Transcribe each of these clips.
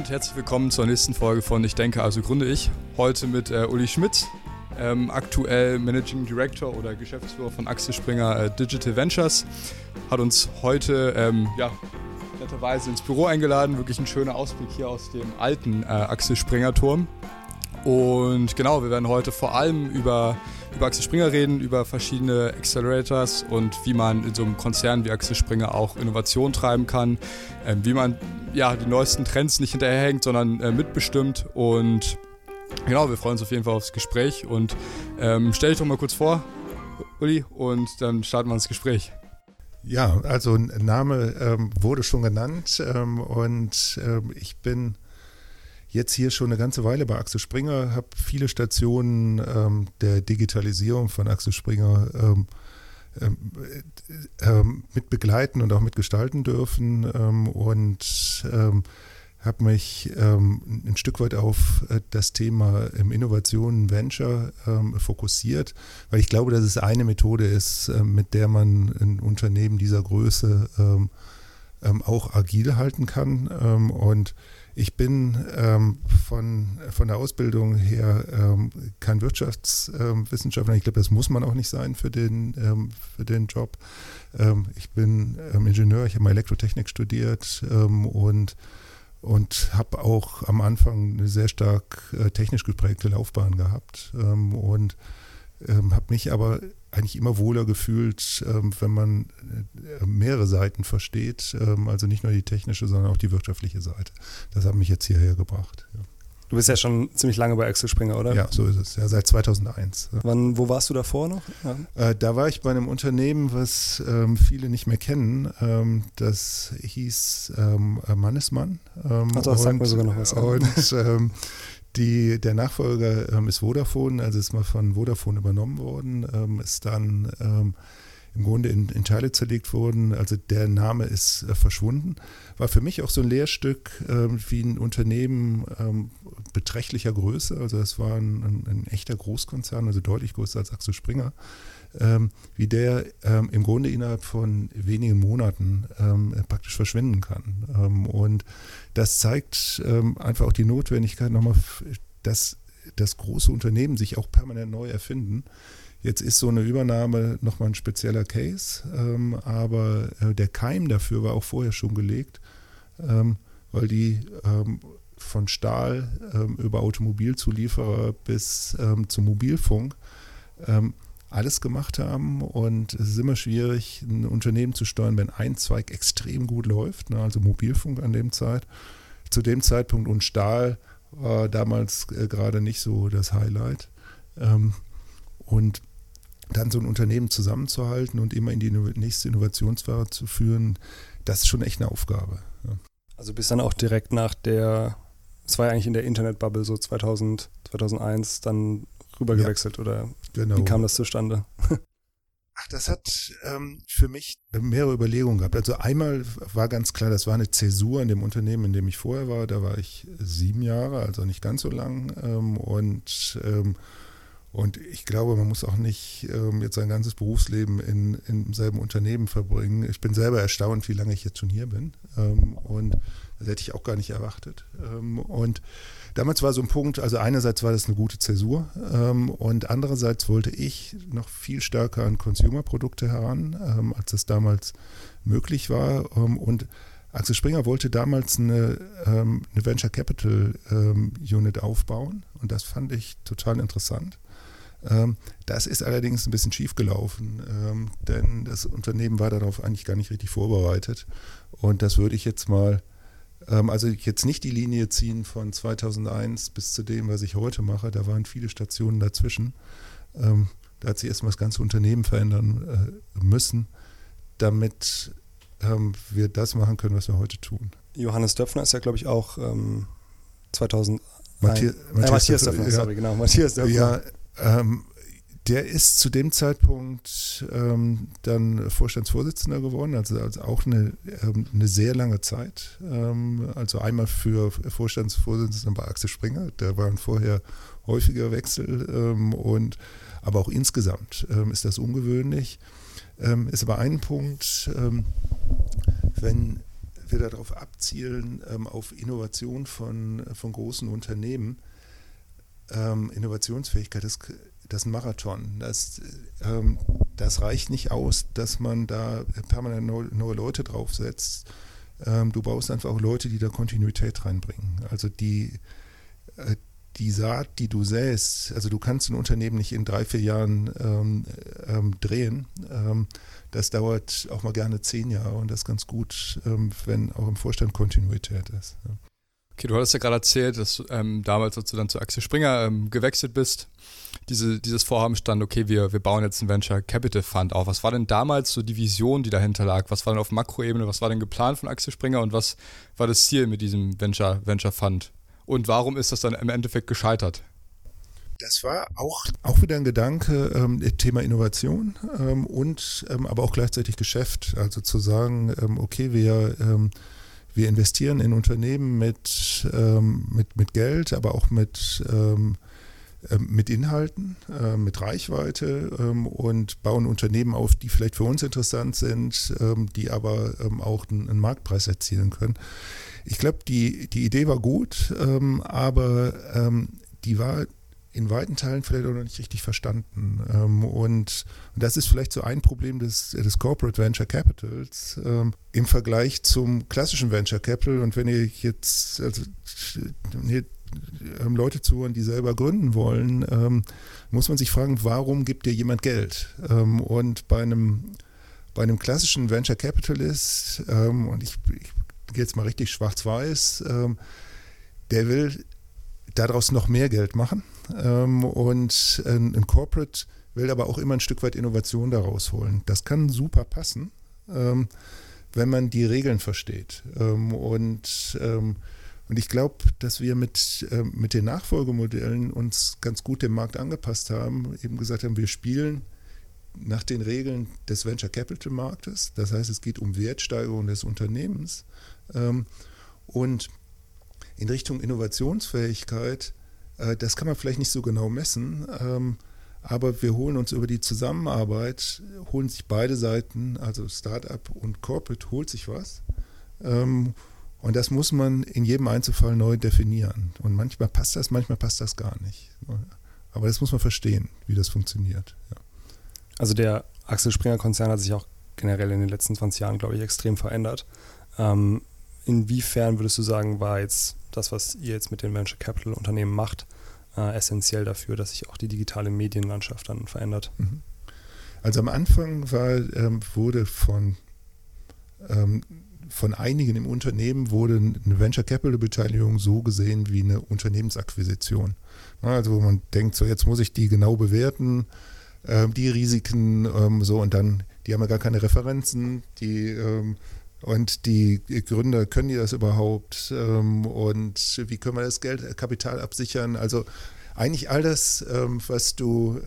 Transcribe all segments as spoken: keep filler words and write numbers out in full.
und herzlich willkommen zur nächsten Folge von Ich denke, also gründe ich. Heute mit äh, Uli Schmidt, ähm, aktuell Managing Director oder Geschäftsführer von Axel Springer äh, Digital Ventures. Hat uns heute ähm, ja, netterweise ins Büro eingeladen. Wirklich ein schöner Ausblick hier aus dem alten äh, Axel Springer Turm. Und genau, wir werden heute vor allem über, über Axel Springer reden, über verschiedene Accelerators und wie man in so einem Konzern wie Axel Springer auch Innovation treiben kann, äh, wie man ja, die neuesten Trends nicht hinterherhängt, sondern äh, mitbestimmt. Und genau, wir freuen uns auf jeden Fall aufs Gespräch. Und ähm, stell dich doch mal kurz vor, Uli, und dann starten wir ins Gespräch. Ja, also ein Name ähm, wurde schon genannt ähm, und ähm, ich bin jetzt hier schon eine ganze Weile bei Axel Springer, habe viele Stationen ähm, der Digitalisierung von Axel Springer ähm, ähm, ähm, mit begleiten und auch mitgestalten dürfen ähm, und ähm, habe mich ähm, ein Stück weit auf äh, das Thema ähm, Innovation, Venture ähm, fokussiert, weil ich glaube, dass es eine Methode ist, äh, mit der man ein Unternehmen dieser Größe ähm, ähm, auch agil halten kann ähm, und ich bin ähm, von, von der Ausbildung her ähm, kein Wirtschaftswissenschaftler. Ähm, ich glaube, das muss man auch nicht sein für den, ähm, für den Job. Ähm, ich bin ähm, Ingenieur, ich habe mal Elektrotechnik studiert ähm, und, und habe auch am Anfang eine sehr stark äh, technisch geprägte Laufbahn gehabt ähm, und ähm, habe mich aber eigentlich immer wohler gefühlt, ähm, wenn man äh, mehrere Seiten versteht, ähm, also nicht nur die technische, sondern auch die wirtschaftliche Seite. Das hat mich jetzt hierher gebracht. Ja. Du bist ja schon ziemlich lange bei Axel Springer, oder? Ja, so ist es. Ja, seit zweitausendeins. Wann, wo warst du davor noch? Ja. Äh, da war ich bei einem Unternehmen, was ähm, viele nicht mehr kennen. Ähm, das hieß ähm, Mannesmann. Ähm, Ach, das sagt mir sogar noch was. Und ähm, Die, der Nachfolger ähm, ist Vodafone, also ist mal von Vodafone übernommen worden, ähm, ist dann ähm, im Grunde in, in Teile zerlegt worden, also der Name ist äh, verschwunden. War für mich auch so ein Lehrstück, ähm, wie ein Unternehmen ähm, beträchtlicher Größe, also es war ein, ein, ein echter Großkonzern, also deutlich größer als Axel Springer, ähm, wie der ähm, im Grunde innerhalb von wenigen Monaten ähm, praktisch verschwinden kann. Ähm, und das zeigt ähm, einfach auch die Notwendigkeit nochmal, dass das große Unternehmen sich auch permanent neu erfinden. Jetzt ist so eine Übernahme nochmal ein spezieller Case, ähm, aber äh, der Keim dafür war auch vorher schon gelegt, ähm, weil die ähm, von Stahl ähm, über Automobilzulieferer bis ähm, zum Mobilfunk ähm, alles gemacht haben und es ist immer schwierig, ein Unternehmen zu steuern, wenn ein Zweig extrem gut läuft, ne, also Mobilfunk an dem Zeit, zu dem Zeitpunkt und Stahl war damals äh, gerade nicht so das Highlight. Ähm, und dann so ein Unternehmen zusammenzuhalten und immer in die nächste Innovationsphase zu führen, das ist schon echt eine Aufgabe. Ja. Also bist dann auch direkt nach der, es war ja eigentlich in der Internetbubble so zweitausend, zweitausendeins dann rübergewechselt, ja, oder genau. Wie kam das zustande? Ach, das hat ähm, für mich mehrere Überlegungen gehabt. Also einmal war ganz klar, das war eine Zäsur in dem Unternehmen, in dem ich vorher war. Da war ich sieben Jahre, also nicht ganz so lang. Ähm, und, ähm, und ich glaube, man muss auch nicht ähm, jetzt sein ganzes Berufsleben in, in selben Unternehmen verbringen. Ich bin selber erstaunt, wie lange ich jetzt schon hier bin. Ähm, und das hätte ich auch gar nicht erwartet. Ähm, und damals war so ein Punkt, also einerseits war das eine gute Zäsur ähm, und andererseits wollte ich noch viel stärker an Consumer-Produkte heran, ähm, als das damals möglich war. Ähm, und Axel Springer wollte damals eine, ähm, eine Venture Capital ähm, Unit aufbauen und das fand ich total interessant. Ähm, das ist allerdings ein bisschen schief gelaufen, ähm, denn das Unternehmen war darauf eigentlich gar nicht richtig vorbereitet und das würde ich jetzt mal Also jetzt nicht die Linie ziehen von zweitausendeins bis zu dem, was ich heute mache. Da waren viele Stationen dazwischen. Ähm, da hat sich erstmal das ganze Unternehmen verändern äh, müssen, damit ähm, wir das machen können, was wir heute tun. Johannes Döpfner ist ja, glaube ich, auch ähm, zweitausend. Matthias, äh, Matthias, Matthias Döpfner, ja, sorry, genau. Matthias Döpfner. Ja, ähm, der ist zu dem Zeitpunkt ähm, dann Vorstandsvorsitzender geworden, also, also auch eine, ähm, eine sehr lange Zeit. Ähm, also einmal für Vorstandsvorsitzender bei Axel Springer, da waren vorher häufiger Wechsel, ähm, und, aber auch insgesamt ähm, ist das ungewöhnlich. Ähm, ist aber ein Punkt, ähm, wenn wir darauf abzielen, ähm, auf Innovation von, von großen Unternehmen. Ähm, Innovationsfähigkeit, das, das ist ein Marathon. Das, ähm, das reicht nicht aus, dass man da permanent neue, neue Leute draufsetzt. Ähm, du brauchst einfach auch Leute, die da Kontinuität reinbringen. Also die, äh, die Saat, die du säst, also du kannst ein Unternehmen nicht in drei, vier Jahren ähm, ähm, drehen. Ähm, das dauert auch mal gerne zehn Jahre und das ist ganz gut, ähm, wenn auch im Vorstand Kontinuität ist. Ja. Okay, du hattest ja gerade erzählt, dass ähm, damals, als du dann zu Axel Springer ähm, gewechselt bist, diese, dieses Vorhaben stand, okay, wir, wir bauen jetzt einen Venture Capital Fund auf. Was war denn damals so die Vision, die dahinter lag? Was war denn auf Makroebene, was war denn geplant von Axel Springer und was war das Ziel mit diesem Venture, Venture Fund? Und warum ist das dann im Endeffekt gescheitert? Das war auch, auch wieder ein Gedanke, ähm, Thema Innovation ähm, und ähm, aber auch gleichzeitig Geschäft. Also zu sagen, ähm, okay, wir ähm, Wir investieren in Unternehmen mit, ähm, mit, mit Geld, aber auch mit, ähm, äh, mit Inhalten, äh, mit Reichweite ähm, und bauen Unternehmen auf, die vielleicht für uns interessant sind, ähm, die aber ähm, auch einen, einen Marktpreis erzielen können. Ich glaube, die, die Idee war gut, ähm, aber ähm, die war in weiten Teilen vielleicht auch noch nicht richtig verstanden. Ähm, und, und das ist vielleicht so ein Problem des, des Corporate Venture Capitals ähm, im Vergleich zum klassischen Venture Capital. Und wenn ihr jetzt also, hier, ähm, Leute zuhören, die selber gründen wollen, ähm, muss man sich fragen, warum gibt dir jemand Geld? Ähm, und bei einem, bei einem klassischen Venture Capitalist, ähm, und ich, ich gehe jetzt mal richtig schwarz-weiß, ähm, der will daraus noch mehr Geld machen. Ähm, und ein, ein Corporate will aber auch immer ein Stück weit Innovation daraus holen. Das kann super passen, ähm, wenn man die Regeln versteht. Ähm, und, ähm, und ich glaube, dass wir mit, ähm, mit den Nachfolgemodellen uns ganz gut dem Markt angepasst haben, eben gesagt haben, wir spielen nach den Regeln des Venture Capital Marktes. Das heißt, es geht um Wertsteigerung des Unternehmens. Ähm, und in Richtung Innovationsfähigkeit, äh, das kann man vielleicht nicht so genau messen, ähm, aber wir holen uns über die Zusammenarbeit, holen sich beide Seiten, also Startup und Corporate, holt sich was. Ähm, und das muss man in jedem Einzelfall neu definieren. Und manchmal passt das, manchmal passt das gar nicht. Aber das muss man verstehen, wie das funktioniert. Ja. Also der Axel Springer Konzern hat sich auch generell in den letzten zwanzig Jahren, glaube ich, extrem verändert. Ähm, Inwiefern würdest du sagen, war jetzt das, was ihr jetzt mit den Venture Capital Unternehmen macht, äh, essentiell dafür, dass sich auch die digitale Medienlandschaft dann verändert? Also am Anfang war, ähm, wurde von, ähm, von einigen im Unternehmen wurde eine Venture Capital Beteiligung so gesehen wie eine Unternehmensakquisition. Also wo man denkt, so jetzt muss ich die genau bewerten, äh, die Risiken ähm, so und dann, die haben ja gar keine Referenzen, die ähm, Und die Gründer, können die das überhaupt? Und wie können wir das Geld, Kapital absichern? Also eigentlich all das, was du,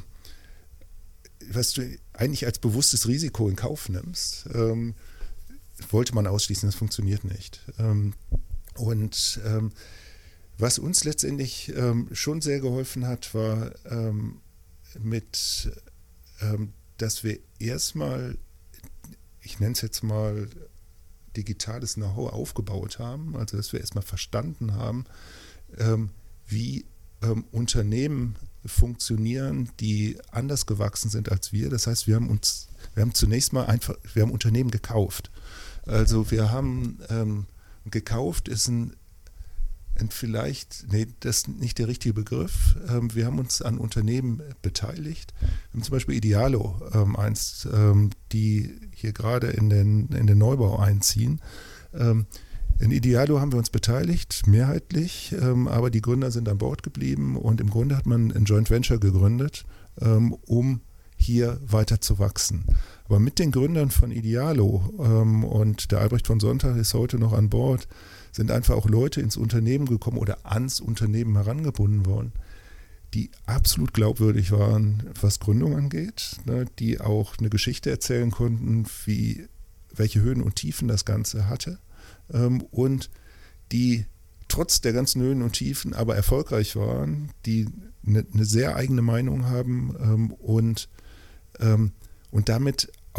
was du eigentlich als bewusstes Risiko in Kauf nimmst, wollte man ausschließen, das funktioniert nicht. Und was uns letztendlich schon sehr geholfen hat, war mit, dass wir erstmal, ich nenne es jetzt mal, digitales Know-how aufgebaut haben, also dass wir erstmal verstanden haben, ähm, wie ähm, Unternehmen funktionieren, die anders gewachsen sind als wir. Das heißt, wir haben uns, wir haben zunächst mal einfach, wir haben Unternehmen gekauft. Also wir haben ähm, gekauft, ist ein, ein vielleicht, nee, das ist nicht der richtige Begriff. Ähm, wir haben uns an Unternehmen beteiligt. Wir haben zum Beispiel Idealo, ähm, eins, ähm, die hier gerade in den, in den Neubau einziehen. Ähm, in Idealo haben wir uns beteiligt, mehrheitlich, ähm, aber die Gründer sind an Bord geblieben und im Grunde hat man ein Joint Venture gegründet, ähm, um hier weiter zu wachsen. Aber mit den Gründern von Idealo, ähm, und der Albrecht von Sonntag ist heute noch an Bord, sind einfach auch Leute ins Unternehmen gekommen oder ans Unternehmen herangebunden worden, die absolut glaubwürdig waren, was Gründung angeht, ne, die auch eine Geschichte erzählen konnten, wie, welche Höhen und Tiefen das Ganze hatte, ähm, und die trotz der ganzen Höhen und Tiefen aber erfolgreich waren, die eine, eine sehr eigene Meinung haben ähm, und, ähm, und damit auch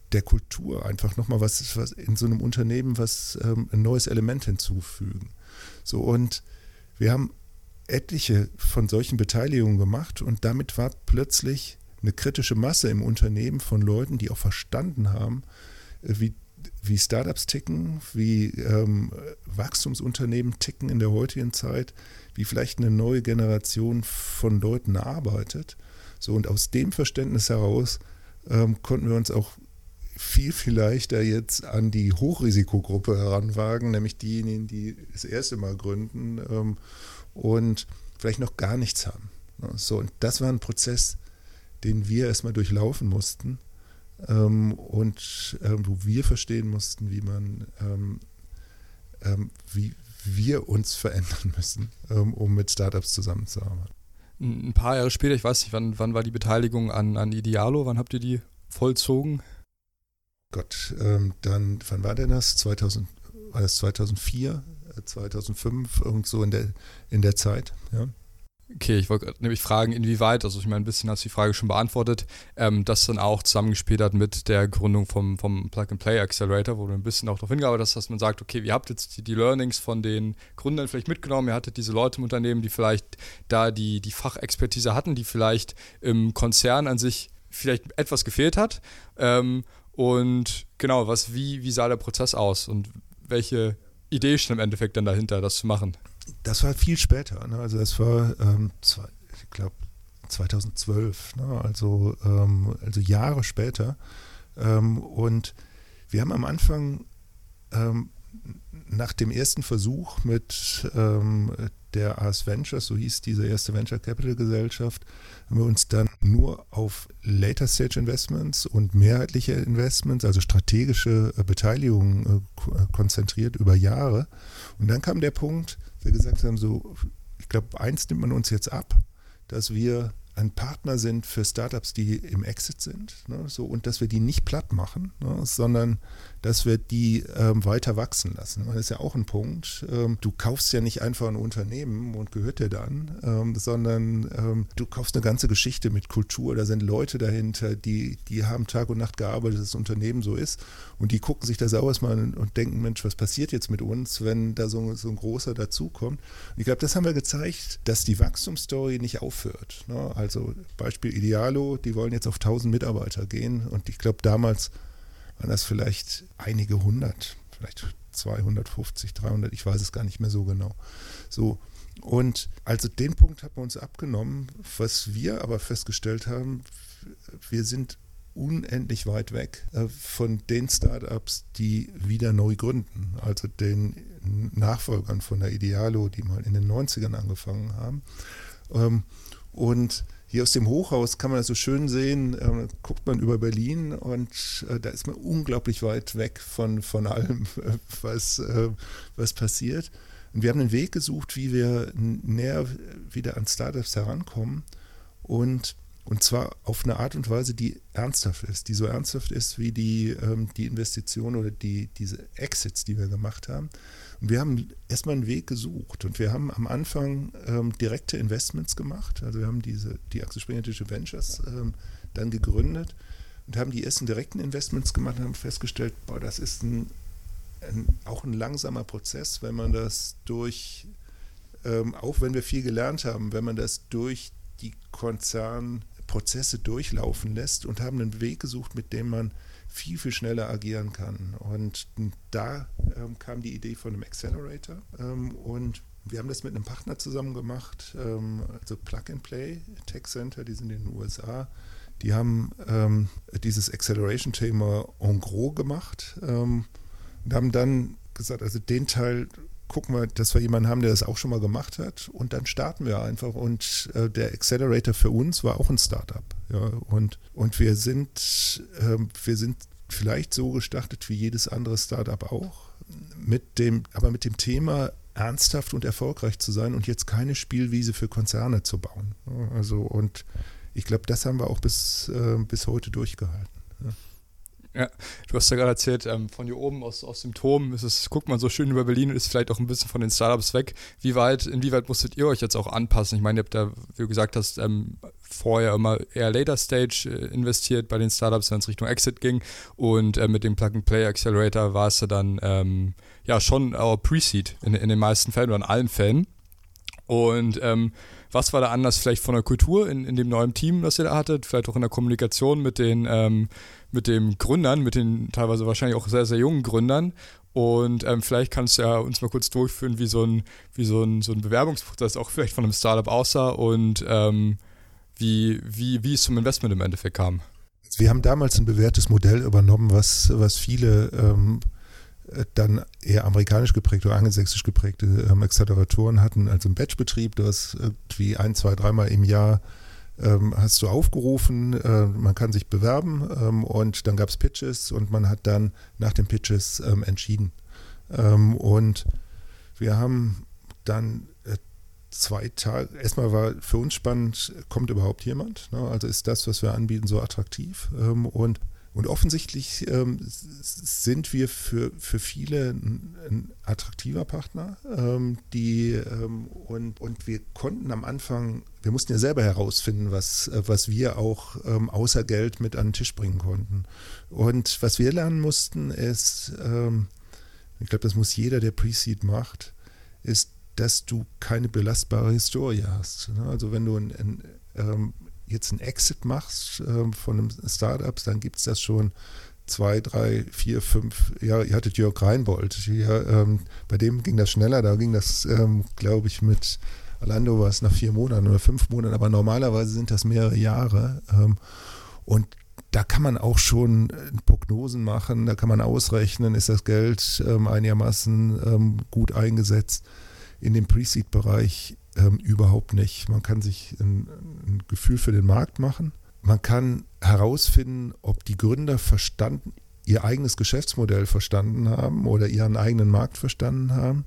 der Kultur einfach nochmal was, was in so einem Unternehmen was ähm, ein neues Element hinzufügen. So, und wir haben etliche von solchen Beteiligungen gemacht und damit war plötzlich eine kritische Masse im Unternehmen von Leuten, die auch verstanden haben, wie, wie Startups ticken, wie ähm, Wachstumsunternehmen ticken in der heutigen Zeit, wie vielleicht eine neue Generation von Leuten arbeitet. So, und aus dem Verständnis heraus ähm, konnten wir uns auch viel, viel leichter jetzt an die Hochrisikogruppe heranwagen, nämlich diejenigen, die das erste Mal gründen ähm, und vielleicht noch gar nichts haben. So, und das war ein Prozess, den wir erstmal durchlaufen mussten ähm, und ähm, wo wir verstehen mussten, wie man, ähm, ähm, wie wir uns verändern müssen, ähm, um mit Startups zusammenzuarbeiten. Ein paar Jahre später, ich weiß nicht, wann, wann war die Beteiligung an, an Idealo? Wann habt ihr die vollzogen? Gott, ähm, dann, wann war denn das? zweitausend, war das zweitausendvier, zweitausendfünf, irgend so in der, in der Zeit, ja. Okay, ich wollte nämlich fragen, inwieweit, also ich meine, ein bisschen hast du die Frage schon beantwortet, ähm, das dann auch zusammengespielt hat mit der Gründung vom, vom Plug-and-Play Accelerator, wo du ein bisschen auch darauf hingearbeitet hast, dass man sagt, okay, ihr habt jetzt die, die Learnings von den Gründern vielleicht mitgenommen, ihr hattet diese Leute im Unternehmen, die vielleicht da die, die Fachexpertise hatten, die vielleicht im Konzern an sich vielleicht etwas gefehlt hat. Ähm, und genau, was, wie, wie sah der Prozess aus und welche Idee stand im Endeffekt dann dahinter, das zu machen? Das war viel später, ne? Also das war, ähm, zwei, ich glaube, zweitausendzwölf, ne? also, ähm, also Jahre später. Ähm, und wir haben am Anfang ähm, nach dem ersten Versuch mit ähm, der A S Ventures, so hieß diese erste Venture Capital Gesellschaft, haben wir uns dann nur auf Later Stage Investments und mehrheitliche Investments, also strategische äh, Beteiligungen äh, konzentriert über Jahre. Und dann kam der Punkt, wir gesagt haben, so, ich glaube, eins nimmt man uns jetzt ab, dass wir ein Partner sind für Startups, die im Exit sind, ne, so, und dass wir die nicht platt machen, ne, sondern dass wir die ähm, weiter wachsen lassen. Das ist ja auch ein Punkt. Ähm, du kaufst ja nicht einfach ein Unternehmen und gehört dir dann, ähm, sondern ähm, du kaufst eine ganze Geschichte mit Kultur. Da sind Leute dahinter, die, die haben Tag und Nacht gearbeitet, dass das Unternehmen so ist. Und die gucken sich das auch erstmal an und denken, Mensch, was passiert jetzt mit uns, wenn da so, so ein großer dazukommt? Und ich glaube, das haben wir gezeigt, dass die Wachstumsstory nicht aufhört. Ne? Also Beispiel Idealo, die wollen jetzt auf tausend Mitarbeiter gehen. Und ich glaube, damals waren das vielleicht einige hundert, vielleicht zweihundertfünfzig, dreihundert, ich weiß es gar nicht mehr so genau. So, und also den Punkt haben wir uns abgenommen, was wir aber festgestellt haben, wir sind unendlich weit weg äh, von den Startups, die wieder neu gründen, also den Nachfolgern von der Idealo, die mal in den neunzigern angefangen haben. Ähm, und hier aus dem Hochhaus kann man das so schön sehen, äh, guckt man über Berlin und äh, da ist man unglaublich weit weg von, von allem, äh, was, äh, was passiert. Und wir haben einen Weg gesucht, wie wir näher wieder an Startups herankommen und, und zwar auf eine Art und Weise, die ernsthaft ist, die so ernsthaft ist wie die, ähm, die Investitionen oder die, diese Exits, die wir gemacht haben. Und wir haben erstmal einen Weg gesucht und wir haben am Anfang ähm, direkte Investments gemacht. Also wir haben diese, die Axel Springer Digital Ventures ähm, dann gegründet und haben die ersten direkten Investments gemacht und haben festgestellt, boah, das ist ein, ein, auch ein langsamer Prozess, wenn man das durch, ähm, auch wenn wir viel gelernt haben, wenn man das durch die Konzernprozesse durchlaufen lässt und haben einen Weg gesucht, mit dem man viel, viel schneller agieren kann. Und da ähm, kam die Idee von einem Accelerator ähm, und wir haben das mit einem Partner zusammen gemacht, ähm, also Plug-and-Play Tech Center, die sind in den U S A. Die haben ähm, dieses Acceleration-Thema en gros gemacht ähm, und haben dann gesagt, also den Teil gucken wir, dass wir jemanden haben, der das auch schon mal gemacht hat und dann starten wir einfach und äh, der Accelerator für uns war auch ein Startup. Ja, und, und wir sind, äh, wir sind vielleicht so gestartet wie jedes andere Startup auch, mit dem, aber mit dem Thema ernsthaft und erfolgreich zu sein und jetzt keine Spielwiese für Konzerne zu bauen. Ja, also und ich glaube, das haben wir auch bis, äh, bis heute durchgehalten. Ja. Ja, du hast ja gerade erzählt, ähm, von hier oben aus, aus dem Turm ist es, guckt man so schön über Berlin und ist vielleicht auch ein bisschen von den Startups weg. Wie weit, inwieweit musstet ihr euch jetzt auch anpassen? Ich meine, ihr habt ja, wie du gesagt hast, ähm, vorher immer eher Later Stage äh, investiert bei den Startups, wenn es Richtung Exit ging. Und äh, mit dem Plug-and-Play Accelerator war es ja dann ähm, ja schon äh, Pre-Seed in, in den meisten Fällen oder in allen Fällen. Und ähm, was war da anders vielleicht von der Kultur in, in dem neuen Team, das ihr da hattet? Vielleicht auch in der Kommunikation mit den ähm, mit den Gründern, mit den teilweise wahrscheinlich auch sehr, sehr jungen Gründern. Und ähm, vielleicht kannst du ja uns mal kurz durchführen, wie so ein, wie so ein, so ein Bewerbungsprozess auch vielleicht von einem Startup aussah und ähm, wie, wie, wie es zum Investment im Endeffekt kam. Wir haben damals ein bewährtes Modell übernommen, was, was viele ähm, dann eher amerikanisch geprägte oder angelsächsisch geprägte ähm, Acceleratoren hatten, also im Batchbetrieb. Du hast irgendwie ein, zwei, dreimal im Jahr ähm, hast du aufgerufen, äh, man kann sich bewerben ähm, und dann gab es Pitches und man hat dann nach den Pitches ähm, entschieden. Ähm, und wir haben dann äh, zwei Tage, erstmal war für uns spannend, kommt überhaupt jemand? Ne? Also ist das, was wir anbieten, so attraktiv? Ähm, und Und offensichtlich ähm, sind wir für, für viele ein, ein attraktiver Partner, ähm, die ähm, und, und wir konnten am Anfang, wir mussten ja selber herausfinden, was, was wir auch ähm, außer Geld mit an den Tisch bringen konnten. Und was wir lernen mussten ist, ähm, ich glaube, das muss jeder, der Pre-Seed macht, ist, dass du keine belastbare Historie hast. Ne? Also wenn du ein, ein ähm, jetzt einen Exit machst ähm, von einem Startups, dann gibt es das schon zwei, drei, vier, fünf, ja, ihr hattet Jörg Reinbold, hier, ähm, bei dem ging das schneller, da ging das, ähm, glaube ich, mit Alando war es nach vier Monaten oder fünf Monaten, aber normalerweise sind das mehrere Jahre ähm, und da kann man auch schon Prognosen machen, da kann man ausrechnen, ist das Geld ähm, einigermaßen ähm, gut eingesetzt. In dem Pre-Seed-Bereich ähm, überhaupt nicht. Man kann sich ein, ein Gefühl für den Markt machen. Man kann herausfinden, ob die Gründer verstanden, ihr eigenes Geschäftsmodell verstanden haben oder ihren eigenen Markt verstanden haben.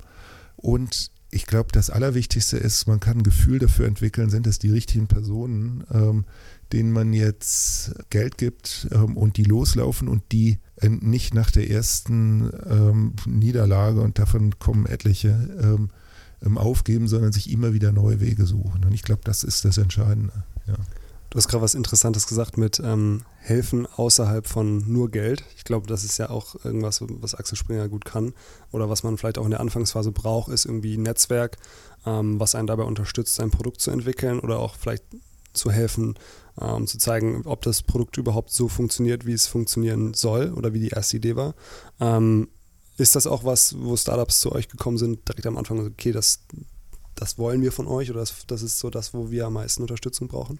Und ich glaube, das Allerwichtigste ist, man kann ein Gefühl dafür entwickeln, sind es die richtigen Personen, ähm, denen man jetzt Geld gibt ähm, und die loslaufen und die äh, nicht nach der ersten ähm, Niederlage, und davon kommen etliche, ähm, aufgeben, sondern sich immer wieder neue Wege suchen. Und ich glaube, das ist das Entscheidende. Ja. Du hast gerade was Interessantes gesagt mit ähm, Helfen außerhalb von nur Geld. Ich glaube, das ist ja auch irgendwas, was Axel Springer gut kann oder was man vielleicht auch in der Anfangsphase braucht, ist irgendwie ein Netzwerk, ähm, was einen dabei unterstützt, sein Produkt zu entwickeln oder auch vielleicht zu helfen, ähm, zu zeigen, ob das Produkt überhaupt so funktioniert, wie es funktionieren soll oder wie die erste Idee war. Ähm, Ist das auch was, wo Startups zu euch gekommen sind, direkt am Anfang, okay, das, das wollen wir von euch oder das, das ist so das, wo wir am meisten Unterstützung brauchen?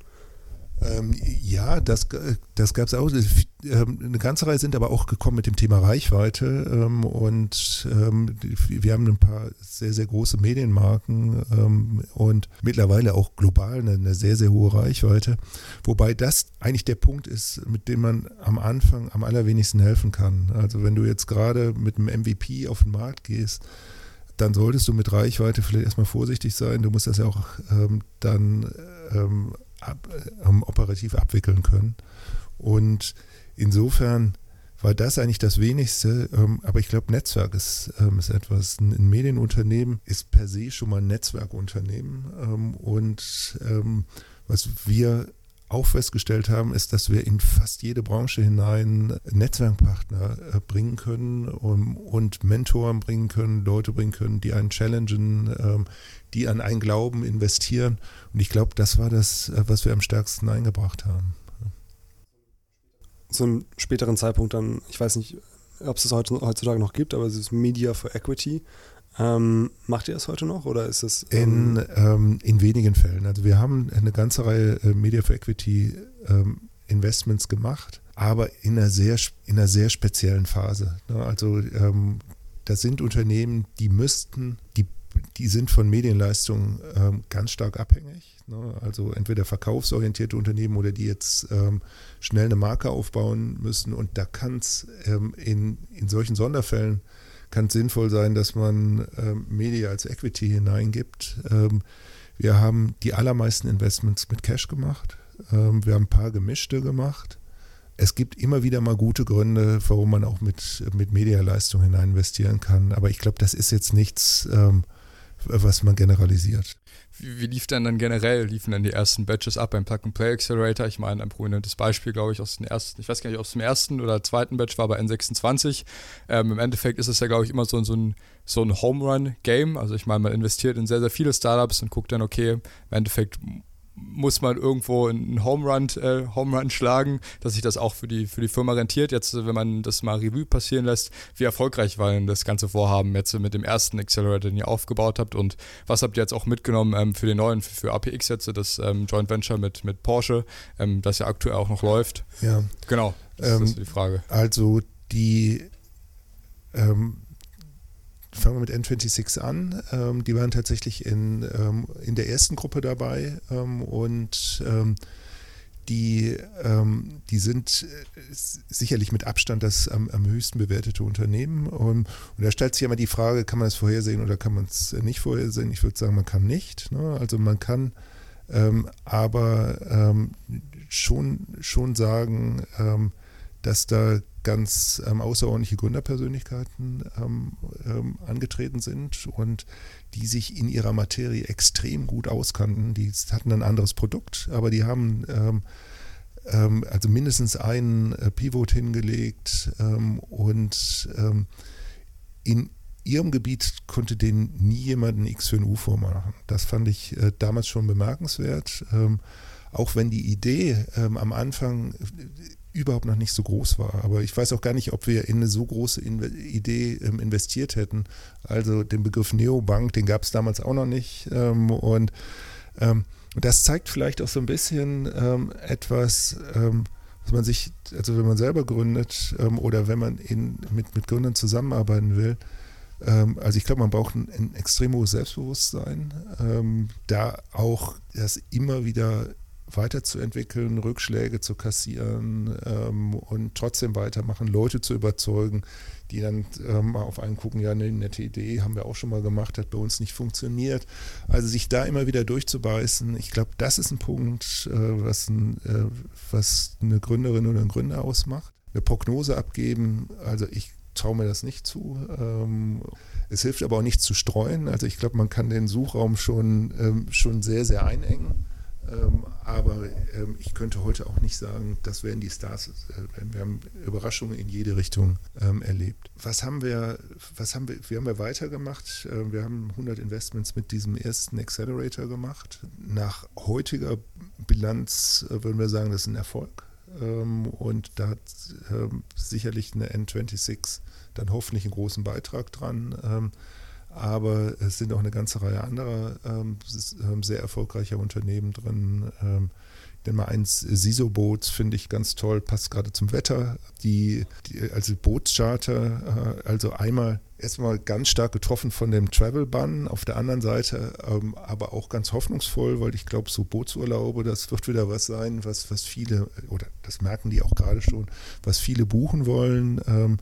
Ähm, ja, das, das gab es auch. Eine ganze Reihe sind aber auch gekommen mit dem Thema Reichweite ähm, und ähm, wir haben ein paar sehr, sehr große Medienmarken ähm, und mittlerweile auch global eine, eine sehr, sehr hohe Reichweite. Wobei das eigentlich der Punkt ist, mit dem man am Anfang am allerwenigsten helfen kann. Also wenn du jetzt gerade mit einem M V P auf den Markt gehst, dann solltest du mit Reichweite vielleicht erstmal vorsichtig sein. Du musst das ja auch ähm, dann ähm, Ab, ähm, operativ abwickeln können. Und insofern war das eigentlich das Wenigste. Ähm, aber ich glaube, Netzwerk ist, ähm, ist etwas. Ein, ein Medienunternehmen ist per se schon mal ein Netzwerkunternehmen. Ähm, und ähm, was wir auch festgestellt haben, ist, dass wir in fast jede Branche hinein Netzwerkpartner äh, bringen können um, und Mentoren bringen können, Leute bringen können, die einen challengen, ähm, die an einen Glauben investieren. Und ich glaube, das war das, was wir am stärksten eingebracht haben. Zu einem späteren Zeitpunkt dann, ich weiß nicht, ob es das heutzutage noch gibt, aber es ist Media for Equity. Ähm, macht ihr das heute noch oder ist es? Ähm in, ähm, in wenigen Fällen. Also wir haben eine ganze Reihe äh, Media for Equity ähm, Investments gemacht, aber in einer sehr, in einer sehr speziellen Phase. Ne? Also ähm, das sind Unternehmen, die müssten, die Die sind von Medienleistungen ähm, ganz stark abhängig. Ne? Also entweder verkaufsorientierte Unternehmen oder die jetzt ähm, schnell eine Marke aufbauen müssen. Und da kann es ähm, in, in solchen Sonderfällen kann es sinnvoll sein, dass man ähm, Media als Equity hineingibt. Ähm, wir haben die allermeisten Investments mit Cash gemacht. Ähm, wir haben ein paar gemischte gemacht. Es gibt immer wieder mal gute Gründe, warum man auch mit, mit Medialeistung hinein investieren kann. Aber ich glaube, das ist jetzt nichts, ähm, was man generalisiert. Wie, wie lief denn dann generell, liefen dann die ersten Batches ab beim Plug-and-Play Accelerator? Ich meine, ein prominentes Beispiel, glaube ich, aus dem ersten, ich weiß gar nicht, aus dem ersten oder zweiten Batch war bei N sechsundzwanzig. Ähm, Im Endeffekt ist es ja, glaube ich, immer so, so ein, so ein Home-Run-Game. Also ich meine, man investiert in sehr, sehr viele Startups und guckt dann, okay, im Endeffekt muss man irgendwo einen Home Run, äh, Home Run schlagen, dass sich das auch für die, für die Firma rentiert. Jetzt, wenn man das mal Revue passieren lässt, wie erfolgreich war denn das ganze Vorhaben jetzt mit dem ersten Accelerator, den ihr aufgebaut habt, und was habt ihr jetzt auch mitgenommen ähm, für den neuen, für, für A P X jetzt, das ähm, Joint Venture mit, mit Porsche, ähm, das ja aktuell auch noch läuft? Ja. Genau, das, ähm, das ist die Frage. Also die ähm, fangen wir mit N sechsundzwanzig an. Ähm, die waren tatsächlich in, ähm, in der ersten Gruppe dabei ähm, und ähm, die, ähm, die sind sicherlich mit Abstand das am, am höchsten bewertete Unternehmen. Und, und da stellt sich immer die Frage, kann man es vorhersehen oder kann man es nicht vorhersehen? Ich würde sagen, man kann nicht. Ne? Also man kann ähm, aber ähm, schon, schon sagen, ähm, dass da ganz ähm, außerordentliche Gründerpersönlichkeiten ähm, ähm, angetreten sind und die sich in ihrer Materie extrem gut auskannten. Die hatten ein anderes Produkt, aber die haben ähm, ähm, also mindestens einen äh, Pivot hingelegt ähm, und ähm, in ihrem Gebiet konnte denen nie jemand ein X für ein U vormachen. Das fand ich äh, damals schon bemerkenswert, ähm, auch wenn die Idee ähm, am Anfang überhaupt noch nicht so groß war. Aber ich weiß auch gar nicht, ob wir in eine so große In- Idee ähm, investiert hätten. Also den Begriff Neobank, den gab es damals auch noch nicht. Ähm, und ähm, das zeigt vielleicht auch so ein bisschen ähm, etwas, ähm, was man sich, also wenn man selber gründet ähm, oder wenn man in, mit, mit Gründern zusammenarbeiten will, ähm, also ich glaube, man braucht ein, ein extrem hohes Selbstbewusstsein, ähm, da auch das immer wieder weiterzuentwickeln, Rückschläge zu kassieren ähm, und trotzdem weitermachen, Leute zu überzeugen, die dann ähm, auf einen gucken, ja, eine nette Idee, haben wir auch schon mal gemacht, hat bei uns nicht funktioniert. Also sich da immer wieder durchzubeißen, ich glaube, das ist ein Punkt, äh, was, ein, äh, was eine Gründerin oder ein Gründer ausmacht. Eine Prognose abgeben, also ich traue mir das nicht zu. Ähm, es hilft aber auch nicht zu streuen, also ich glaube, man kann den Suchraum schon, ähm, schon sehr, sehr einengen. Ähm, aber ähm, ich könnte heute auch nicht sagen, das wären die Stars. Äh, wir haben Überraschungen in jede Richtung ähm, erlebt. Was haben wir, was haben wir, wir haben wir weitergemacht? Äh, wir haben hundert Investments mit diesem ersten Accelerator gemacht. Nach heutiger Bilanz äh, würden wir sagen, das ist ein Erfolg. Ähm, und da hat ähm, sicherlich eine N sechsundzwanzig dann hoffentlich einen großen Beitrag dran. Ähm, Aber es sind auch eine ganze Reihe anderer ähm, sehr erfolgreicher Unternehmen drin. Ähm, ich nenne mal eins, Siso Boats, finde ich ganz toll, passt gerade zum Wetter. Die, die also Bootscharter, äh, also einmal erstmal ganz stark getroffen von dem Travel-Ban, auf der anderen Seite ähm, aber auch ganz hoffnungsvoll, weil ich glaube, so Bootsurlaube, das wird wieder was sein, was, was viele, oder das merken die auch gerade schon, was viele buchen wollen. Ähm,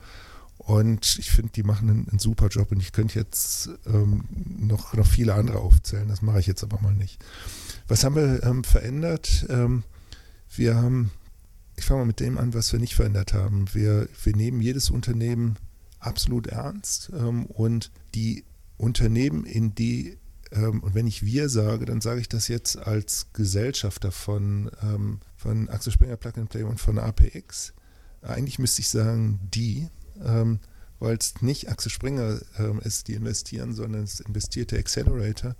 Und ich finde, die machen einen, einen super Job und ich könnte jetzt ähm, noch, noch viele andere aufzählen, das mache ich jetzt aber mal nicht. Was haben wir ähm, verändert? Ähm, wir haben, ich fange mal mit dem an, was wir nicht verändert haben. Wir, wir nehmen jedes Unternehmen absolut ernst ähm, und die Unternehmen, in die, ähm, und wenn ich wir sage, dann sage ich das jetzt als Gesellschafter von, ähm, von Axel Springer Plug and Play und von A P X. Eigentlich müsste ich sagen, die, Ähm, weil es nicht Axel Springer ähm, ist, die investieren, sondern es investiert der Accelerator.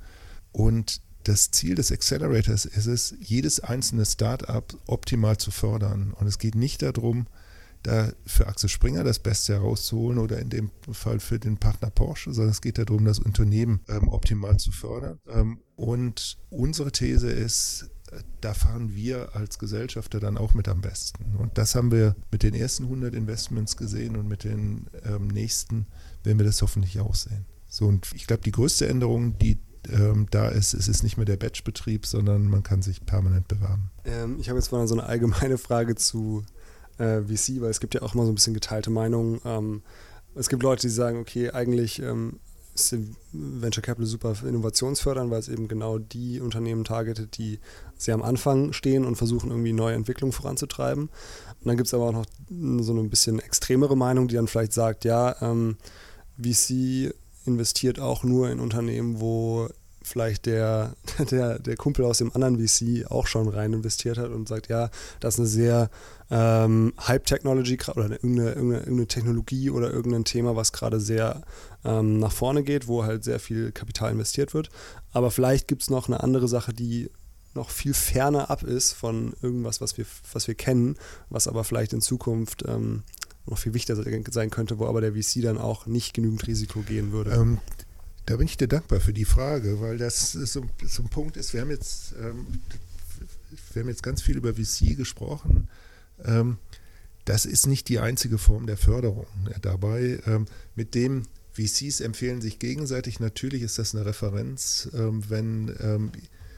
Und das Ziel des Accelerators ist es, jedes einzelne Start-up optimal zu fördern. Und es geht nicht darum, da für Axel Springer das Beste herauszuholen oder in dem Fall für den Partner Porsche, sondern es geht darum, das Unternehmen ähm, optimal zu fördern. Ähm, und unsere These ist, da fahren wir als Gesellschafter dann auch mit am besten. Und das haben wir mit den ersten hundert Investments gesehen und mit den ähm, nächsten werden wir das hoffentlich auch sehen. So, und ich glaube, die größte Änderung, die ähm, da ist, es ist nicht mehr der Batch-Betrieb, sondern man kann sich permanent bewerben. Ähm, ich habe jetzt mal so eine allgemeine Frage zu äh, V C, weil es gibt ja auch immer so ein bisschen geteilte Meinungen. Ähm, es gibt Leute, die sagen, okay, eigentlich ähm, ist Venture Capital super innovationsfördernd, weil es eben genau die Unternehmen targetet, die sehr am Anfang stehen und versuchen, irgendwie neue Entwicklungen voranzutreiben. Und dann gibt es aber auch noch so eine bisschen extremere Meinung, die dann vielleicht sagt, ja, ähm, V C investiert auch nur in Unternehmen, wo vielleicht der, der, der Kumpel aus dem anderen V C auch schon rein investiert hat und sagt, ja, das ist eine sehr ähm, Hype-Technology oder eine, irgendeine, irgendeine, irgendeine Technologie oder irgendein Thema, was gerade sehr ähm, nach vorne geht, wo halt sehr viel Kapital investiert wird. Aber vielleicht gibt es noch eine andere Sache, die noch viel ferner ab ist von irgendwas, was wir, was wir kennen, was aber vielleicht in Zukunft ähm, noch viel wichtiger sein könnte, wo aber der V C dann auch nicht genügend Risiko gehen würde. Ähm, da bin ich dir dankbar für die Frage, weil das so, so ein Punkt ist, wir haben jetzt, ähm, wir haben jetzt ganz viel über V C gesprochen. Ähm, das ist nicht die einzige Form der Förderung dabei. Ähm, mit dem V Cs empfehlen sich gegenseitig. Natürlich ist das eine Referenz, ähm, wenn ähm,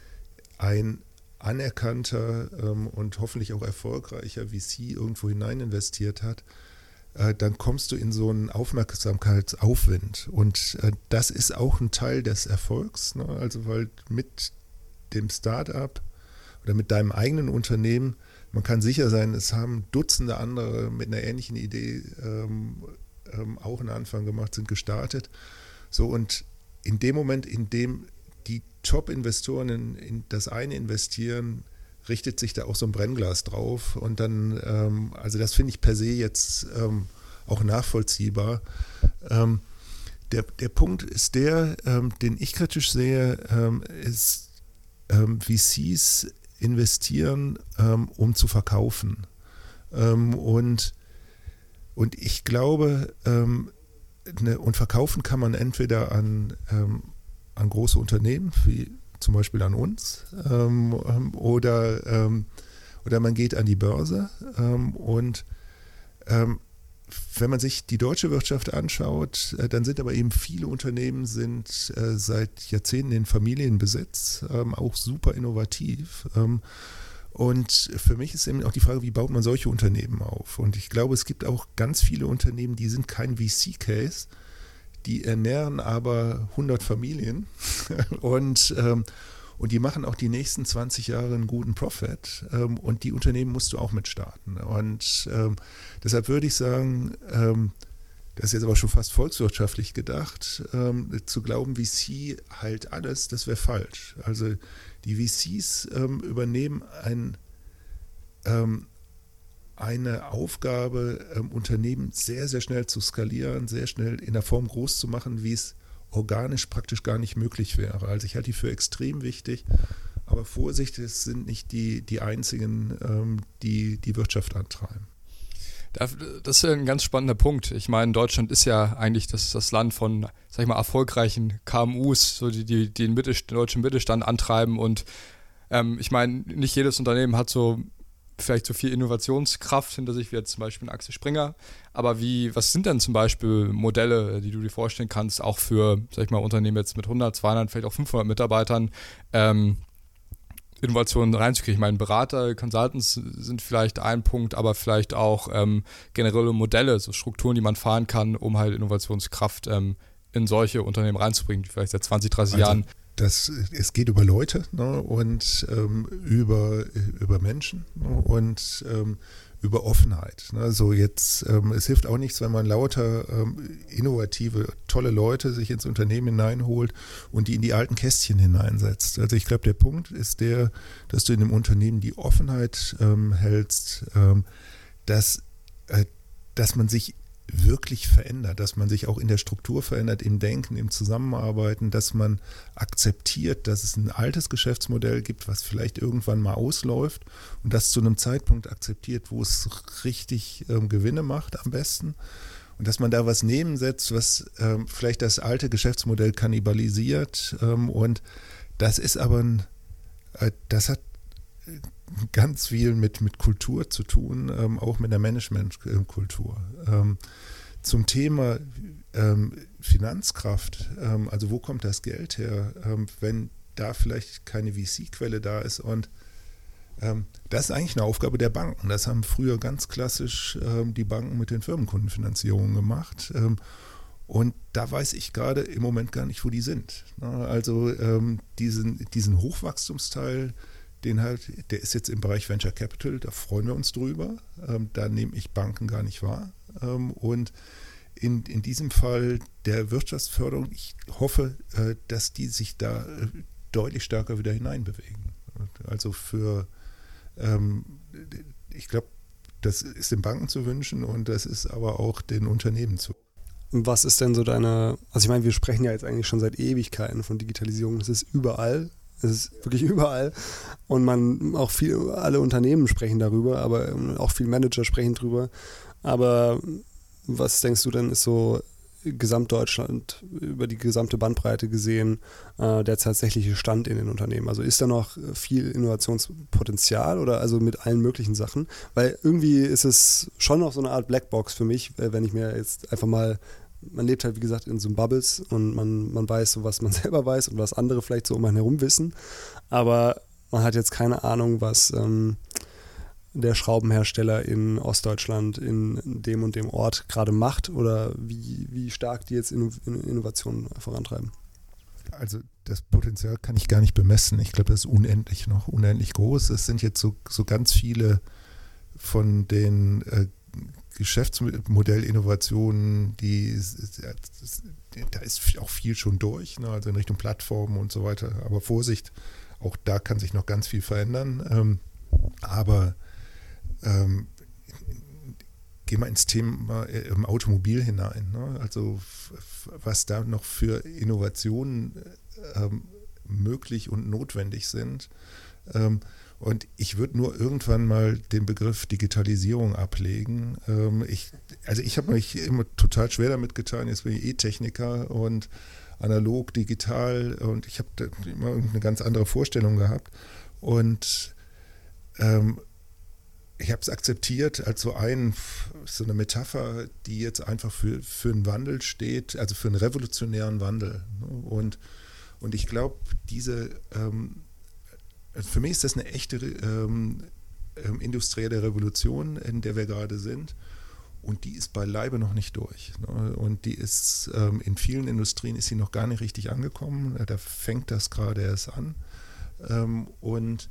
ein anerkannter ähm, und hoffentlich auch erfolgreicher V C irgendwo hinein investiert hat, äh, dann kommst du in so einen Aufmerksamkeitsaufwind. Und äh, das ist auch ein Teil des Erfolgs. Ne? Also weil mit dem Start-up oder mit deinem eigenen Unternehmen, man kann sicher sein, es haben Dutzende andere mit einer ähnlichen Idee ähm, ähm, auch einen Anfang gemacht, sind gestartet. So, und in dem Moment, in dem die Top-Investoren in, in das eine investieren, richtet sich da auch so ein Brennglas drauf. Und dann, ähm, also das finde ich per se jetzt ähm, auch nachvollziehbar. Ähm, der, der Punkt ist der, ähm, den ich kritisch sehe, ähm, ist, ähm, V Cs investieren, ähm, um zu verkaufen. Ähm, und, und ich glaube, ähm, ne, und verkaufen kann man entweder an ähm, an große Unternehmen, wie zum Beispiel an uns, ähm, oder, ähm, oder man geht an die Börse. Ähm, und ähm, wenn man sich die deutsche Wirtschaft anschaut, äh, dann sind aber eben viele Unternehmen sind äh, seit Jahrzehnten in Familienbesitz, ähm, auch super innovativ. Ähm, und für mich ist eben auch die Frage, wie baut man solche Unternehmen auf? Und ich glaube, es gibt auch ganz viele Unternehmen, die sind kein V C-Case, die ernähren aber hundert Familien und, ähm, und die machen auch die nächsten zwanzig Jahre einen guten Profit, ähm, und die Unternehmen musst du auch mit starten. Und ähm, deshalb würde ich sagen, ähm, das ist jetzt aber schon fast volkswirtschaftlich gedacht, ähm, zu glauben, V C heilt alles, das wäre falsch. Also die V Cs ähm, übernehmen ein ähm, eine Aufgabe, ähm, Unternehmen sehr, sehr schnell zu skalieren, sehr schnell in der Form groß zu machen, wie es organisch praktisch gar nicht möglich wäre. Also ich halte die für extrem wichtig, aber Vorsicht, es sind nicht die, die einzigen, ähm, die die Wirtschaft antreiben. Das ist ja ein ganz spannender Punkt. Ich meine, Deutschland ist ja eigentlich das, das Land von, sag ich mal, erfolgreichen K M Us, so die, die, die den, Mittelstand, den deutschen Mittelstand antreiben. Und ähm, ich meine, nicht jedes Unternehmen hat so vielleicht so viel Innovationskraft hinter sich wie jetzt zum Beispiel ein Axel Springer, aber wie, was sind denn zum Beispiel Modelle, die du dir vorstellen kannst, auch für, sag ich mal, Unternehmen jetzt mit hundert, zweihundert, vielleicht auch fünfhundert Mitarbeitern, ähm, Innovationen reinzukriegen? Ich meine, Berater, Consultants sind vielleicht ein Punkt, aber vielleicht auch ähm, generelle Modelle, so Strukturen, die man fahren kann, um halt Innovationskraft ähm, in solche Unternehmen reinzubringen, die vielleicht seit zwanzig, dreißig also, Jahren. Das, es geht über Leute, ne, und ähm, über, über Menschen, ne, und ähm, über Offenheit. Ne. So jetzt, ähm, es hilft auch nichts, wenn man lauter ähm, innovative, tolle Leute sich ins Unternehmen hineinholt und die in die alten Kästchen hineinsetzt. Also ich glaube, der Punkt ist der, dass du in dem Unternehmen die Offenheit ähm, hältst, ähm, dass, äh, dass man sich wirklich verändert, dass man sich auch in der Struktur verändert, im Denken, im Zusammenarbeiten, dass man akzeptiert, dass es ein altes Geschäftsmodell gibt, was vielleicht irgendwann mal ausläuft und das zu einem Zeitpunkt akzeptiert, wo es richtig ähm, Gewinne macht am besten, und dass man da was nebensetzt, was ähm, vielleicht das alte Geschäftsmodell kannibalisiert, ähm, und das ist aber ein, äh, das hat ganz viel mit, mit Kultur zu tun, ähm, auch mit der Managementkultur. Ähm, zum Thema ähm, Finanzkraft, ähm, also wo kommt das Geld her, ähm, wenn da vielleicht keine V C-Quelle da ist, und ähm, das ist eigentlich eine Aufgabe der Banken. Das haben früher ganz klassisch ähm, die Banken mit den Firmenkundenfinanzierungen gemacht, ähm, und da weiß ich gerade im Moment gar nicht, wo die sind. Also ähm, diesen, diesen Hochwachstumsteil, den halt, der ist jetzt im Bereich Venture Capital, da freuen wir uns drüber. Ähm, da nehme ich Banken gar nicht wahr. Ähm, und in, in diesem Fall der Wirtschaftsförderung, ich hoffe, äh, dass die sich da äh, deutlich stärker wieder hineinbewegen. Also für, ähm, ich glaube, das ist den Banken zu wünschen und das ist aber auch den Unternehmen zu. Was ist denn so deine, also ich meine, wir sprechen ja jetzt eigentlich schon seit Ewigkeiten von Digitalisierung, es ist überall, es ist wirklich überall und man, auch viel, alle Unternehmen sprechen darüber, aber auch viele Manager sprechen drüber, aber was denkst du denn ist so Gesamtdeutschland, über die gesamte Bandbreite gesehen, äh, der tatsächliche Stand in den Unternehmen? Also ist da noch viel Innovationspotenzial oder also mit allen möglichen Sachen? Weil irgendwie ist es schon noch so eine Art Blackbox für mich, wenn ich mir jetzt einfach mal, man lebt halt wie gesagt in so einem Bubbles und man, man weiß so, was man selber weiß und was andere vielleicht so um einen herum wissen, aber man hat jetzt keine Ahnung, was ähm, der Schraubenhersteller in Ostdeutschland in dem und dem Ort gerade macht oder wie, wie stark die jetzt Innovationen vorantreiben? Also das Potenzial kann ich gar nicht bemessen. Ich glaube, das ist unendlich noch, unendlich groß. Es sind jetzt so, so ganz viele von den äh, Geschäftsmodellinnovationen, die, da ist auch viel schon durch, ne? Also in Richtung Plattformen und so weiter. Aber Vorsicht, auch da kann sich noch ganz viel verändern. Ähm, aber Ähm, gehen wir ins Thema im Automobil hinein. Ne? Also f- was da noch für Innovationen ähm, möglich und notwendig sind. Ähm, und ich würde nur irgendwann mal den Begriff Digitalisierung ablegen. Ähm, ich, also ich habe mich immer total schwer damit getan, jetzt bin ich E-Techniker und analog, digital und ich habe da immer eine ganz andere Vorstellung gehabt. Und ähm, ich habe es akzeptiert als so, ein, so eine Metapher, die jetzt einfach für, für einen Wandel steht, also für einen revolutionären Wandel. Und, und ich glaube, diese, ähm, für mich ist das eine echte ähm, ähm, industrielle Revolution, in der wir gerade sind. Und die ist beileibe noch nicht durch. Ne? Und die ist, ähm, in vielen Industrien ist sie noch gar nicht richtig angekommen. Da fängt das gerade erst an. Ähm, und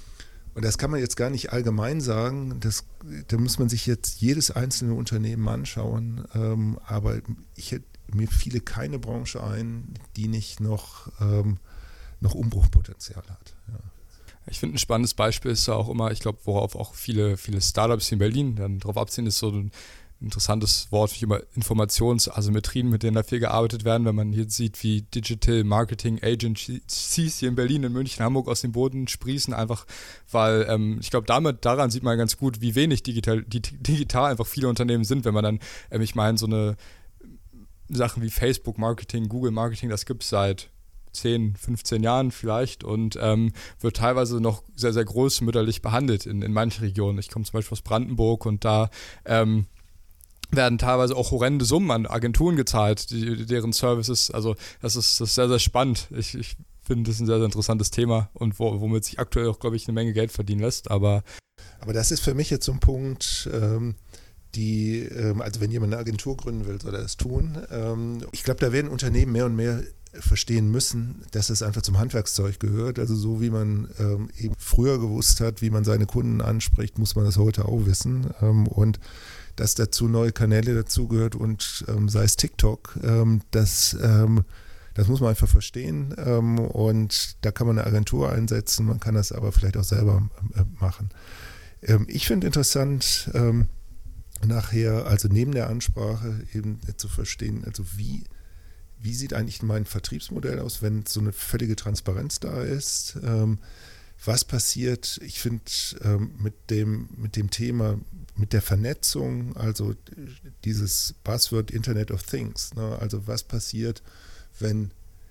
Und das kann man jetzt gar nicht allgemein sagen, das, da muss man sich jetzt jedes einzelne Unternehmen anschauen, ähm, aber ich hätte, mir fiele keine Branche ein, die nicht noch, ähm, noch Umbruchpotenzial hat. Ja. Ich finde, ein spannendes Beispiel ist ja auch immer, ich glaube, worauf auch viele, viele Startups hier in Berlin dann drauf abziehen, ist so ein interessantes Wort, wie immer Informationsasymmetrien, mit denen da viel gearbeitet werden, wenn man hier sieht, wie Digital Marketing Agencies hier in Berlin, in München, Hamburg aus dem Boden sprießen, einfach weil ähm, ich glaube, damit daran sieht man ganz gut, wie wenig digital, die, digital einfach viele Unternehmen sind, wenn man dann, ähm, ich meine, so eine Sachen wie Facebook Marketing, Google Marketing, das gibt es seit zehn, fünfzehn Jahren vielleicht und ähm, wird teilweise noch sehr, sehr großmütterlich behandelt in, in manchen Regionen. Ich komme zum Beispiel aus Brandenburg und da ähm, werden teilweise auch horrende Summen an Agenturen gezahlt, die, deren Services, also das ist, das ist sehr, sehr spannend. Ich, ich finde, das ist ein sehr, sehr interessantes Thema und wo, womit sich aktuell auch, glaube ich, eine Menge Geld verdienen lässt, aber Aber das ist für mich jetzt so ein Punkt, ähm, die, ähm, also wenn jemand eine Agentur gründen will, soll er das tun. Ähm, ich glaube, da werden Unternehmen mehr und mehr verstehen müssen, dass es einfach zum Handwerkszeug gehört. Also so wie man ähm, eben früher gewusst hat, wie man seine Kunden anspricht, muss man das heute auch wissen. Ähm, und dass dazu neue Kanäle dazugehört und ähm, sei es TikTok, ähm, das, ähm, das muss man einfach verstehen ähm, und da kann man eine Agentur einsetzen, man kann das aber vielleicht auch selber äh, machen. Ähm, ich finde interessant, ähm, nachher, also neben der Ansprache eben zu verstehen, also wie, wie sieht eigentlich mein Vertriebsmodell aus, wenn so eine völlige Transparenz da ist, ähm, was passiert, ich finde ähm, mit dem, mit dem Thema, mit der Vernetzung, also dieses Buzzword Internet of Things, ne? Also was passiert, wenn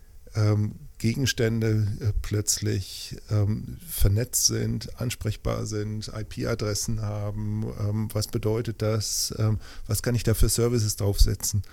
ähm, Gegenstände äh, plötzlich ähm, vernetzt sind, ansprechbar sind, I P-Adressen haben, ähm, was bedeutet das, ähm, was kann ich da für Services draufsetzen?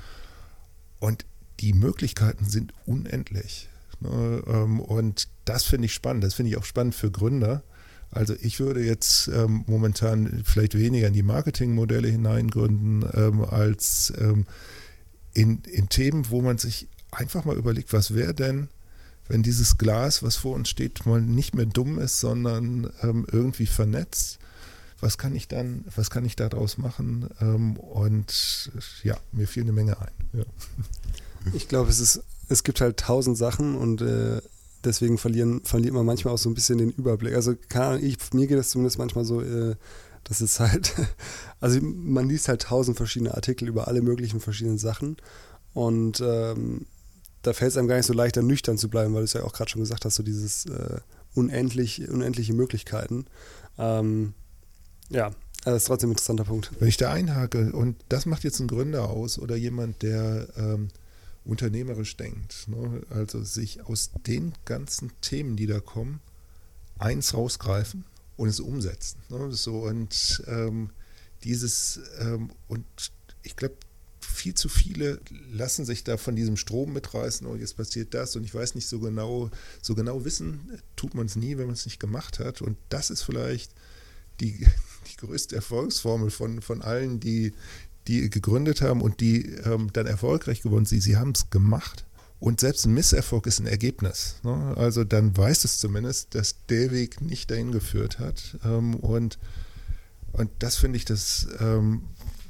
Und die Möglichkeiten sind unendlich. Ne? Ähm, und das finde ich spannend, das finde ich auch spannend für Gründer. Also ich würde jetzt ähm, momentan vielleicht weniger in die Marketingmodelle hineingründen, ähm, als ähm, in, in Themen, wo man sich einfach mal überlegt, was wäre denn, wenn dieses Glas, was vor uns steht, mal nicht mehr dumm ist, sondern ähm, irgendwie vernetzt. was kann ich dann, was kann ich daraus machen? Ähm, und ja, mir fiel eine Menge ein. Ja. Ich glaube, es ist, es gibt halt tausend Sachen und äh, deswegen verlieren, verliert man manchmal auch so ein bisschen den Überblick. Also kann ich, mir geht es zumindest manchmal so, äh, dass es halt, also man liest halt tausend verschiedene Artikel über alle möglichen verschiedenen Sachen und ähm, da fällt es einem gar nicht so leicht, dann nüchtern zu bleiben, weil du es ja auch gerade schon gesagt hast, so dieses äh, unendlich, unendliche Möglichkeiten. Ähm, ja, also das ist trotzdem ein interessanter Punkt. Wenn ich da einhake, und das macht jetzt ein Gründer aus oder jemand, der ähm, unternehmerisch denkt, ne? Also sich aus den ganzen Themen, die da kommen, eins rausgreifen und es umsetzen. Ne? So, und ähm, dieses, ähm, und ich glaube, viel zu viele lassen sich da von diesem Strom mitreißen, oh, jetzt passiert das und ich weiß nicht so genau, so genau wissen tut man es nie, wenn man es nicht gemacht hat. Und das ist vielleicht die, die größte Erfolgsformel von, von allen, die, die gegründet haben und die ähm, dann erfolgreich geworden sind. Sie haben es gemacht. Und selbst ein Misserfolg ist ein Ergebnis. Ne? Also dann weiß es zumindest, dass der Weg nicht dahin geführt hat. Ähm, und, und das finde ich das... Ähm,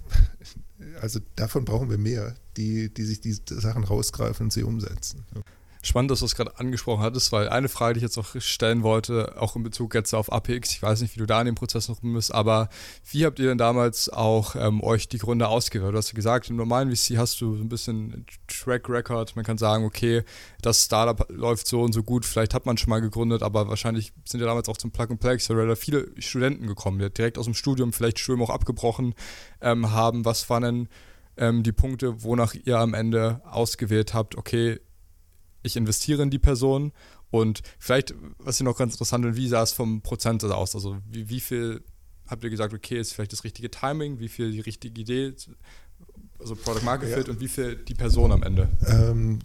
Also davon brauchen wir mehr, die, die sich diese Sachen rausgreifen und sie umsetzen. Spannend, dass du es gerade angesprochen hattest, weil eine Frage, die ich jetzt noch stellen wollte, auch in Bezug jetzt auf A P X, ich weiß nicht, wie du da in dem Prozess noch rum bist, aber wie habt ihr denn damals auch ähm, euch die Gründer ausgewählt? Du hast ja gesagt, im normalen V C hast du so ein bisschen Track Record, man kann sagen, okay, das Startup läuft so und so gut, vielleicht hat man schon mal gegründet, aber wahrscheinlich sind ja damals auch zum Plug and Play Accelerator viele Studenten gekommen, die direkt aus dem Studium, vielleicht Studium auch abgebrochen ähm, haben. Was waren denn ähm, die Punkte, wonach ihr am Ende ausgewählt habt, okay, ich investiere in die Person und vielleicht, was ich noch ganz interessant finde, wie sah es vom Prozent aus? Also wie, wie viel habt ihr gesagt, okay, ist vielleicht das richtige Timing, wie viel die richtige Idee, also Product Market Fit ja. Und wie viel die Person am Ende? Ähm,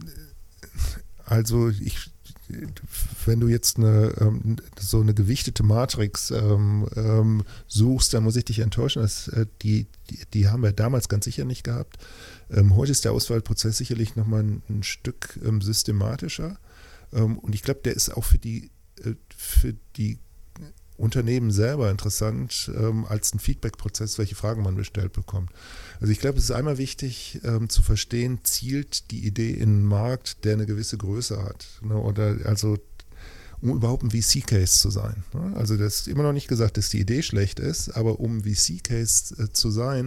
also ich, wenn du jetzt eine, ähm, so eine gewichtete Matrix ähm, ähm, suchst, dann muss ich dich enttäuschen, dass, äh, die, die, die haben wir damals ganz sicher nicht gehabt. Ähm, heute ist der Auswahlprozess sicherlich nochmal ein, ein Stück ähm, systematischer ähm, und ich glaube, der ist auch für die, äh, für die Unternehmen selber interessant ähm, als ein Feedback-Prozess, welche Fragen man gestellt bekommt. Also ich glaube, es ist einmal wichtig ähm, zu verstehen, zielt die Idee in einen Markt, der eine gewisse Größe hat, ne? Oder also um überhaupt ein V C-Case zu sein. Ne? Also das ist immer noch nicht gesagt, dass die Idee schlecht ist, aber um V C-Case äh, zu sein,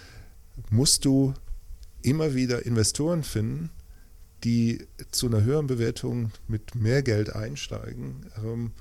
musst du immer wieder Investoren finden, die zu einer höheren Bewertung mit mehr Geld einsteigen. Ähm,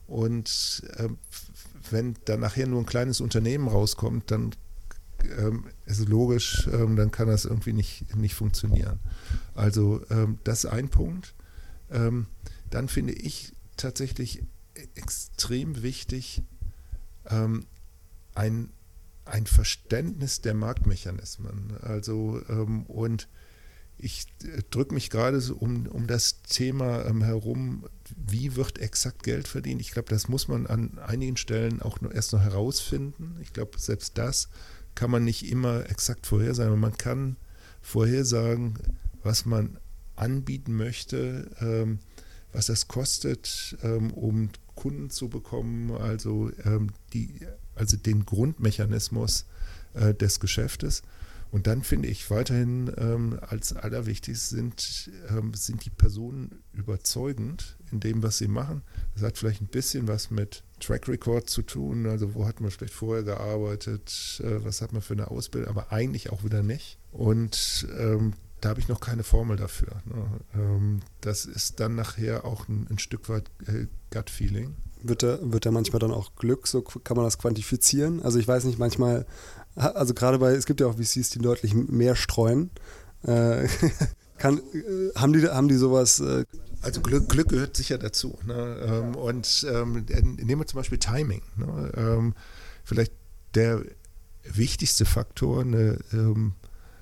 und ähm, wenn dann nachher nur ein kleines Unternehmen rauskommt, dann ähm, ist es logisch, ähm, dann kann das irgendwie nicht, nicht funktionieren. Also ähm, das ist ein Punkt. Ähm, dann finde ich tatsächlich extrem wichtig, ähm, ein ein Verständnis der Marktmechanismen. Also ähm, und ich äh, drücke mich gerade so um, um das Thema ähm, herum, wie wird exakt Geld verdient. Ich glaube, das muss man an einigen Stellen auch noch, erst noch herausfinden. Ich glaube, selbst das kann man nicht immer exakt vorhersagen, aber man kann vorhersagen, was man anbieten möchte, ähm, was das kostet, ähm, um Kunden zu bekommen, also ähm, die also den Grundmechanismus äh, des Geschäftes. Und dann finde ich weiterhin ähm, als allerwichtigst sind, ähm, sind die Personen überzeugend in dem, was sie machen. Das hat vielleicht ein bisschen was mit Track Record zu tun, also wo hat man vielleicht vorher gearbeitet, äh, was hat man für eine Ausbildung, aber eigentlich auch wieder nicht. Und ähm, da habe ich noch keine Formel dafür. Ne? Ähm, das ist dann nachher auch ein, ein Stück weit äh, Gut-Feeling. Wird da, wird da manchmal dann auch Glück, so kann man das quantifizieren? Also ich weiß nicht, manchmal, also gerade bei, es gibt ja auch V Cs, die deutlich mehr streuen. Äh, kann, äh, haben, die, haben die sowas? Äh also Glück, Glück gehört sicher dazu. Ne? Ähm, und ähm, nehmen wir zum Beispiel Timing. Ne? Ähm, vielleicht der wichtigste Faktor, eine, ähm,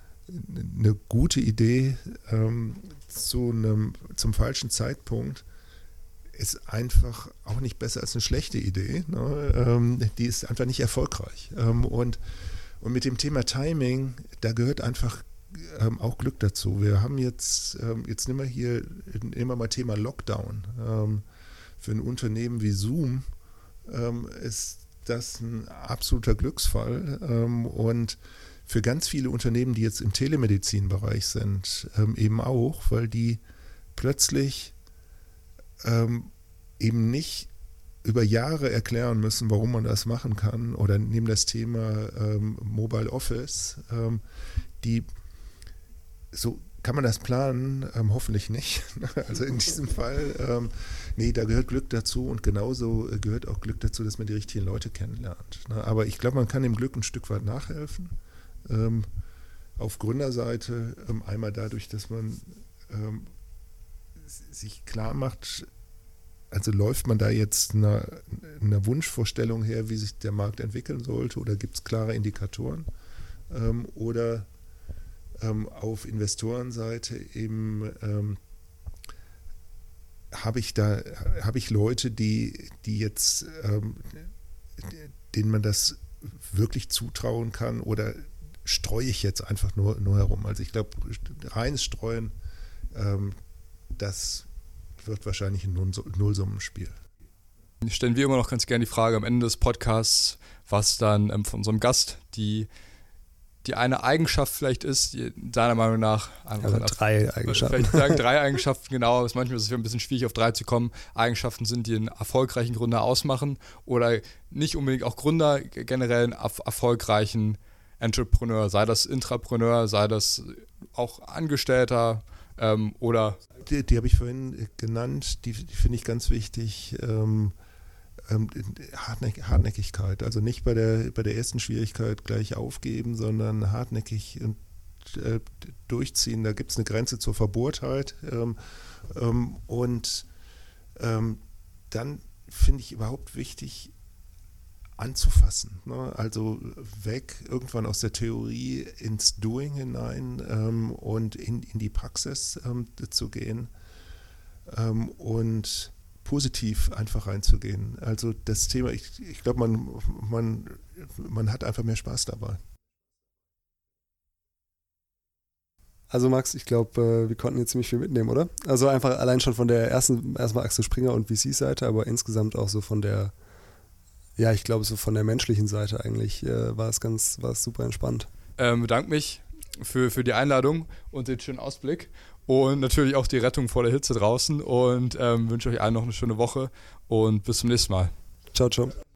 eine gute Idee ähm, zu einem, zum falschen Zeitpunkt ist einfach auch nicht besser als eine schlechte Idee. Ne? Ähm, die ist einfach nicht erfolgreich. Ähm, und, und mit dem Thema Timing, da gehört einfach ähm, auch Glück dazu. Wir haben jetzt, ähm, jetzt nehmen wir hier immer mal Thema Lockdown. Ähm, für ein Unternehmen wie Zoom ähm, ist das ein absoluter Glücksfall ähm, und für ganz viele Unternehmen, die jetzt im Telemedizinbereich sind, ähm, eben auch, weil die plötzlich ähm, eben nicht über Jahre erklären müssen, warum man das machen kann oder nehmen das Thema ähm, Mobile Office, ähm, die so kann man das planen? Ähm, hoffentlich nicht. Also in diesem Fall, ähm, nee, da gehört Glück dazu und genauso gehört auch Glück dazu, dass man die richtigen Leute kennenlernt. Ne? Aber ich glaube, man kann dem Glück ein Stück weit nachhelfen. Ähm, auf Gründerseite ähm, einmal dadurch, dass man ähm, sich klar macht, also läuft man da jetzt einer, einer Wunschvorstellung her, wie sich der Markt entwickeln sollte, oder gibt es klare Indikatoren? Ähm, oder ähm, auf Investorenseite eben ähm, habe ich da habe ich Leute, die, die jetzt ähm, denen man das wirklich zutrauen kann, oder streue ich jetzt einfach nur, nur herum? Also ich glaube, reines Streuen, ähm, das wird wahrscheinlich ein Nullsummenspiel. Stellen wir immer noch ganz gerne die Frage am Ende des Podcasts, was dann ähm, von unserem Gast die, die eine Eigenschaft vielleicht ist, die deiner Meinung nach einfach also drei Eigenschaften. Vielleicht sagen drei Eigenschaften, genau, aber manchmal ist es ein bisschen schwierig, auf drei zu kommen. Eigenschaften sind, die einen erfolgreichen Gründer ausmachen, oder nicht unbedingt auch Gründer, generell einen erf- erfolgreichen Entrepreneur, sei das Intrapreneur, sei das auch Angestellter ähm, oder... Die, die habe ich vorhin genannt, die, die finde ich ganz wichtig. Ähm, ähm, Hartnäck, Hartnäckigkeit, also nicht bei der, bei der ersten Schwierigkeit gleich aufgeben, sondern hartnäckig und äh, durchziehen. Da gibt es eine Grenze zur Verbohrtheit. Ähm, ähm, und ähm, dann finde ich überhaupt wichtig, anzufassen. Ne? Also weg irgendwann aus der Theorie ins Doing hinein ähm, und in, in die Praxis ähm, zu gehen ähm, und positiv einfach reinzugehen. Also das Thema, ich, ich glaube, man, man, man hat einfach mehr Spaß dabei. Also Max, ich glaube, wir konnten hier ziemlich viel mitnehmen, oder? Also einfach allein schon von der ersten, erstmal Axel Springer und V C-Seite, aber insgesamt auch so von der, ja, ich glaube, so von der menschlichen Seite eigentlich äh, war es ganz, war es super entspannt. Ähm, bedanke mich für, für die Einladung und den schönen Ausblick und natürlich auch die Rettung vor der Hitze draußen und ähm, wünsche euch allen noch eine schöne Woche und bis zum nächsten Mal. Ciao, ciao.